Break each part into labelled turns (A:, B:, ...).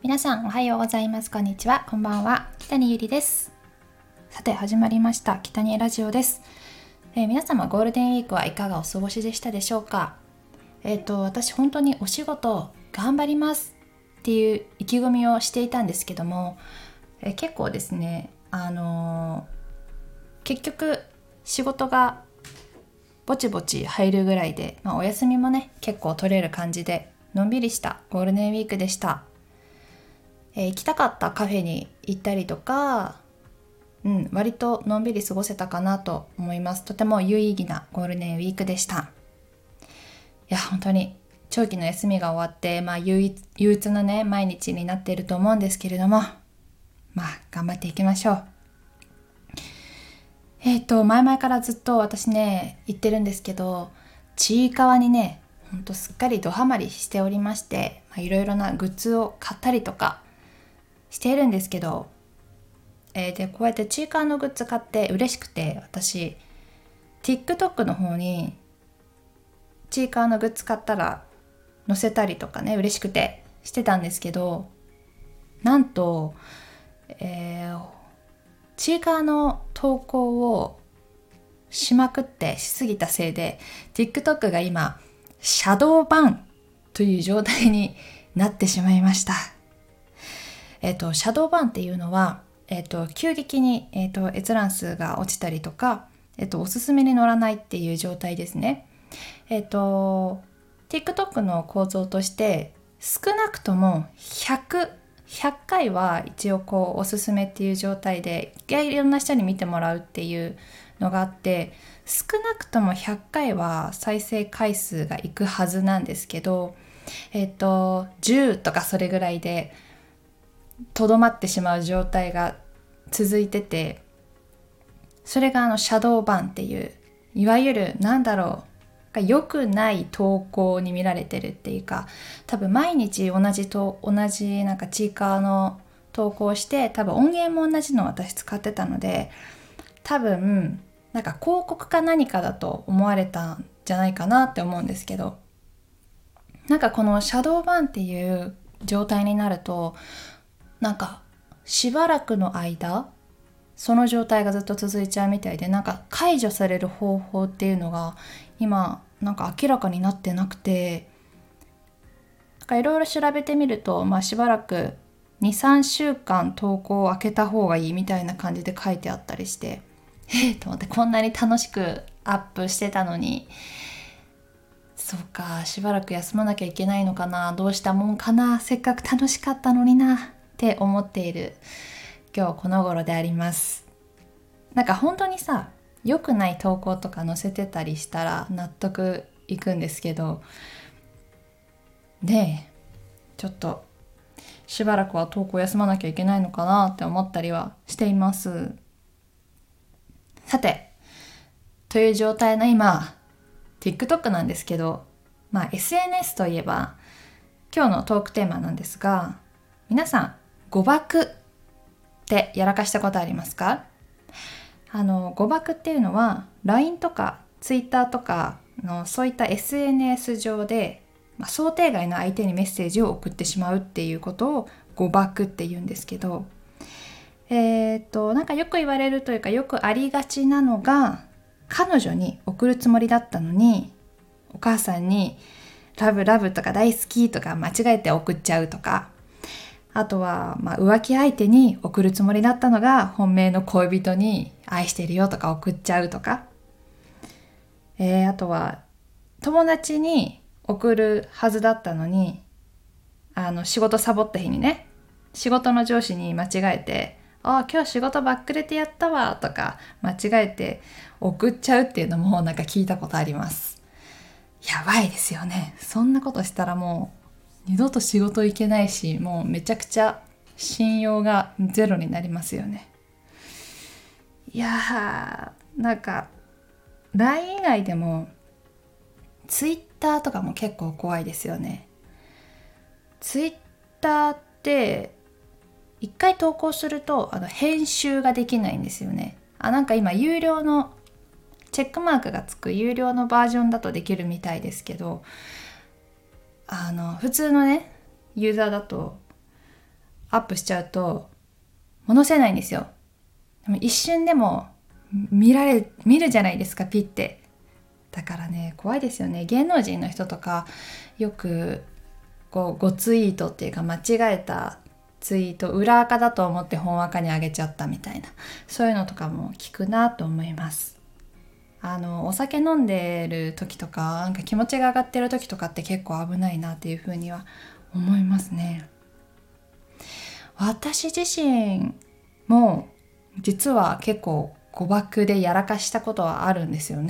A: 皆さんおはようございます。こんにちは。こんばんは。北にゆりです。さて始まりました北にラジオです。皆様ゴールデンウィークはいかがお過ごしでしたでしょうか。私本当にお仕事頑張りますっていう意気込みをしていたんですけども、結構ですね、結局仕事がぼちぼち入るぐらいで、お休みもね結構取れる感じでのんびりしたゴールデンウィークでした。行きたかったカフェに行ったりとか、割とのんびり過ごせたかなと思います。とても有意義なゴールデンウィークでした。いや本当に長期の休みが終わって、憂鬱なね毎日になっていると思うんですけれども、頑張っていきましょう。前々からずっと私ね言ってるんですけど、ちいかわにねほんとすっかりドハマりしておりまして、いろいろなグッズを買ったりとかしているんですけど、でこうやってちいかわのグッズ買って嬉しくて、私 TikTok の方にちいかわのグッズ買ったら載せたりとかね嬉しくてしてたんですけど、なんと、ちいかわの投稿をしまくってしすぎたせいで TikTok が今シャドーバンという状態になってしまいました。シャドーバンっていうのは、急激に、閲覧数が落ちたりとか、おすすめに乗らないっていう状態ですね。TikTok の構造として少なくとも100回は一応おすすめっていう状態でいろんな人に見てもらうっていうのがあって、少なくとも100回は再生回数がいくはずなんですけど、10とかそれぐらいでとどまってしまう状態が続いてて、それがシャドーバンっていう、いわゆる良くない投稿に見られてるっていうか、多分毎日同じちいかわの投稿して、多分音源も同じの私使ってたので、多分広告か何かだと思われたんじゃないかなって思うんですけど、このシャドーバンっていう状態になると、しばらくの間その状態がずっと続いちゃうみたいで、解除される方法っていうのが今明らかになってなくて、いろいろ調べてみると、しばらく 2,3 週間投稿を開けた方がいいみたいな感じで書いてあったりして、と思って、こんなに楽しくアップしてたのに、そうか、しばらく休まなきゃいけないのかな、どうしたもんかな、せっかく楽しかったのになって思っている今日この頃であります。本当にさ、良くない投稿とか載せてたりしたら納得いくんですけどね、ちょっとしばらくは投稿休まなきゃいけないのかなって思ったりはしています。さて、という状態の今 TikTok なんですけど、SNS といえば今日のトークテーマなんですが、皆さん誤爆ってやらかしたことありますか？誤爆っていうのは LINE とか Twitter とかのそういった SNS 上で、想定外の相手にメッセージを送ってしまうっていうことを誤爆って言うんですけど、よく言われるというか、よくありがちなのが、彼女に送るつもりだったのにお母さんにラブラブとか大好きとか間違えて送っちゃうとか、あとは浮気相手に送るつもりだったのが本命の恋人に愛してるよとか送っちゃうとか、あとは友達に送るはずだったのに、仕事サボった日にね、仕事の上司に間違えて、今日仕事ばっくれてやったわとか間違えて送っちゃうっていうのも聞いたことあります。やばいですよね。そんなことしたらもう二度と仕事行けないし、もうめちゃくちゃ信用がゼロになりますよね。いやー、LINE 以外でも Twitter とかも結構怖いですよね。Twitter って一回投稿すると編集ができないんですよね。今有料のチェックマークがつく有料のバージョンだとできるみたいですけど、普通のねユーザーだとアップしちゃうと戻せないんですよ。でも一瞬でも見るじゃないですか、ピッて。だからね、怖いですよね。芸能人の人とかよく誤ツイートっていうか、間違えたツイート裏垢だと思って本垢に上げちゃったみたいな、そういうのとかも聞くなと思います。お酒飲んでる時とか、なんか気持ちが上がってる時とかって結構危ないなっていうふうには思いますね。私自身も実は結構誤爆でやらかしたことはあるんですよね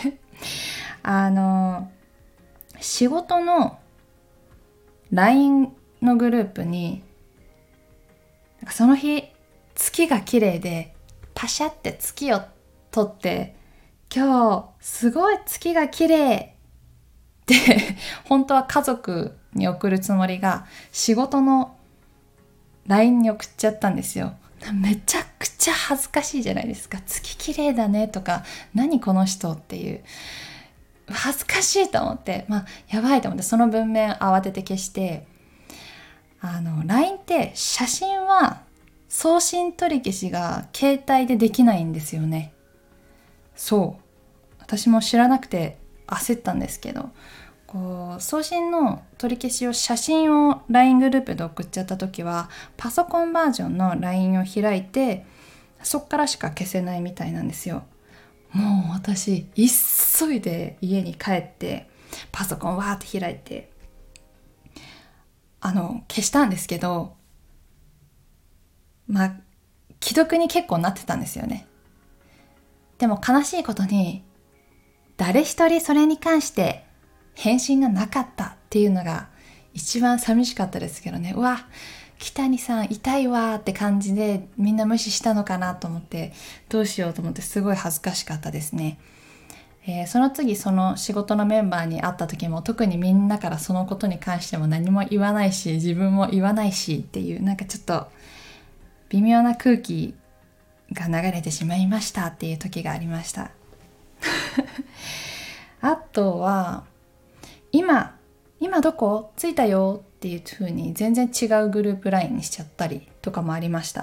A: 仕事の LINE のグループに、その日月が綺麗でパシャって月を撮って、今日すごい月が綺麗って本当は家族に送るつもりが仕事の LINE に送っちゃったんですよ。めちゃくちゃ恥ずかしいじゃないですか。月綺麗だねとか、何この人っていう、恥ずかしいと思って、やばいと思って、その文面慌てて消して、LINE って写真は送信取り消しが携帯でできないんですよね。そう、私も知らなくて焦ったんですけど、送信の取り消しを、写真を LINE グループで送っちゃった時はパソコンバージョンの LINE を開いて、そっからしか消せないみたいなんですよ。もう私急いで家に帰ってパソコンわーって開いて消したんですけど、既読に結構なってたんですよね。でも悲しいことに誰一人それに関して返信がなかったっていうのが一番寂しかったですけどね。うわ、北谷さん痛いわって感じでみんな無視したのかなと思って、どうしようと思ってすごい恥ずかしかったですね。その次、その仕事のメンバーに会った時も特にみんなからそのことに関しても何も言わないし、自分も言わないしっていう、なんかちょっと微妙な空気が流れてしまいましたっていう時がありましたあとは今どこ着いたよっていう風に全然違うグループ LINE にしちゃったりとかもありました。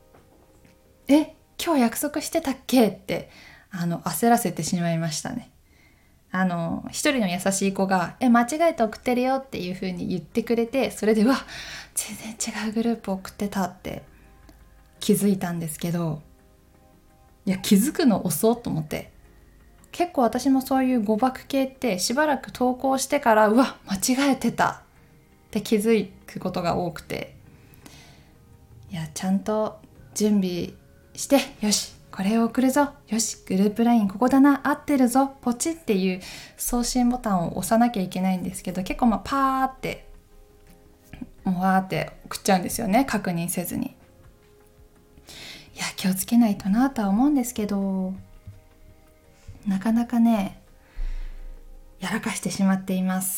A: 今日約束してたっけって焦らせてしまいましたね。一人の優しい子が間違えて送ってるよっていう風に言ってくれて、それで全然違うグループ送ってたって気づいたんですけど、いや気づくの遅っと思って、結構私もそういう誤爆系ってしばらく投稿してから間違えてたって気づくことが多くて、いやちゃんと準備して、よしこれを送るぞ、よしグループ LINE ここだな、合ってるぞ、ポチっていう送信ボタンを押さなきゃいけないんですけど、結構パーってもうわーって送っちゃうんですよね、確認せずに。いや気をつけないとなとは思うんですけど、なかなかねやらかしてしまっています。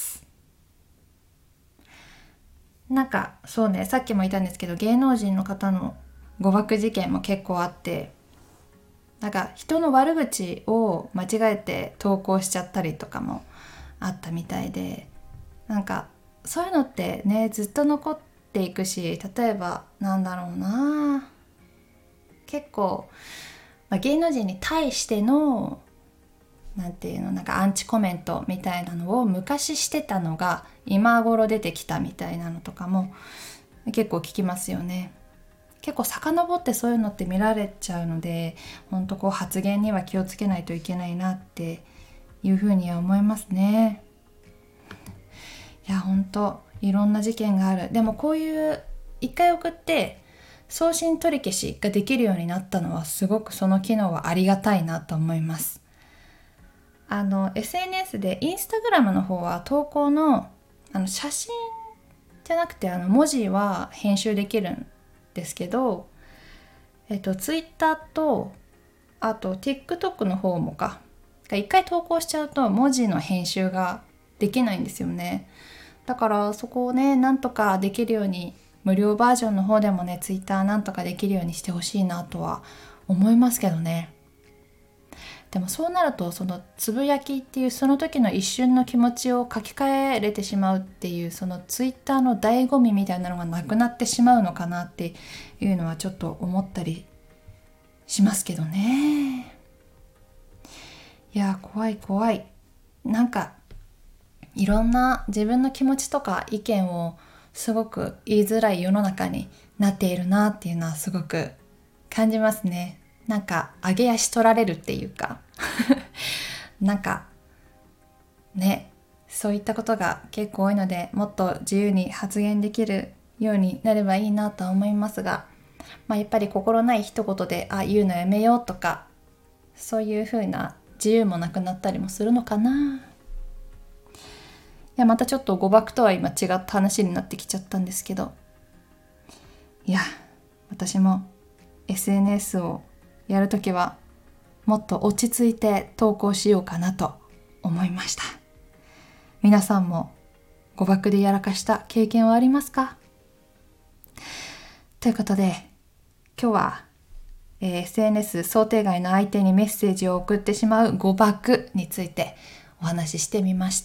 A: なんかそうね、さっきも言ったんですけど、芸能人の方の誤爆事件も結構あって、なんか人の悪口を間違えて投稿しちゃったりとかもあったみたいで、なんかそういうのってねずっと残っていくし、例えばなんだろうな、結構、芸能人に対してのなんていうの、なんかアンチコメントみたいなのを昔してたのが今頃出てきたみたいなのとかも結構聞きますよね。結構遡ってそういうのって見られちゃうので、本当発言には気をつけないといけないなっていうふうには思いますね。いや本当いろんな事件がある。でもこういう一回送って送信取り消しができるようになったのはすごくその機能はありがたいなと思います。SNS でインスタグラムの方は投稿の写真じゃなくて文字は編集できるんですけど、ツイッターとあと TikTok の方も一回投稿しちゃうと文字の編集ができないんですよね。だからそこをねなんとかできるように、無料バージョンの方でもねツイッターなんとかできるようにしてほしいなとは思いますけどね。 でもそうなるとそのつぶやきっていうその時の一瞬の気持ちを書き換えれてしまうっていう、そのツイッターの醍醐味みたいなのがなくなってしまうのかなっていうのはちょっと思ったりしますけどね。いや怖い怖い。なんかいろんな自分の気持ちとか意見をすごく言いづらい世の中になっているなっていうのはすごく感じますね。なんか上げ足取られるっていうかなんかね、そういったことが結構多いので、もっと自由に発言できるようになればいいなとは思いますが、やっぱり心ない一言で言うのやめようとか、そういう風な自由もなくなったりもするのかな。いやまたちょっと誤爆とは今違った話になってきちゃったんですけど、いや私も SNS をやるときはもっと落ち着いて投稿しようかなと思いました。皆さんも誤爆でやらかした経験はありますか？ということで今日は、SNS 想定外の相手にメッセージを送ってしまう誤爆についてお話ししてみました。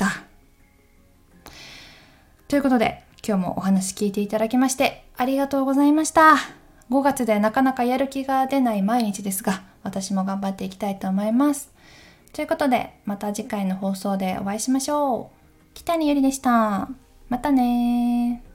A: ということで今日もお話聞いていただきましてありがとうございました。5月でなかなかやる気が出ない毎日ですが、私も頑張っていきたいと思います。ということでまた次回の放送でお会いしましょう。北にゆりでした。またね。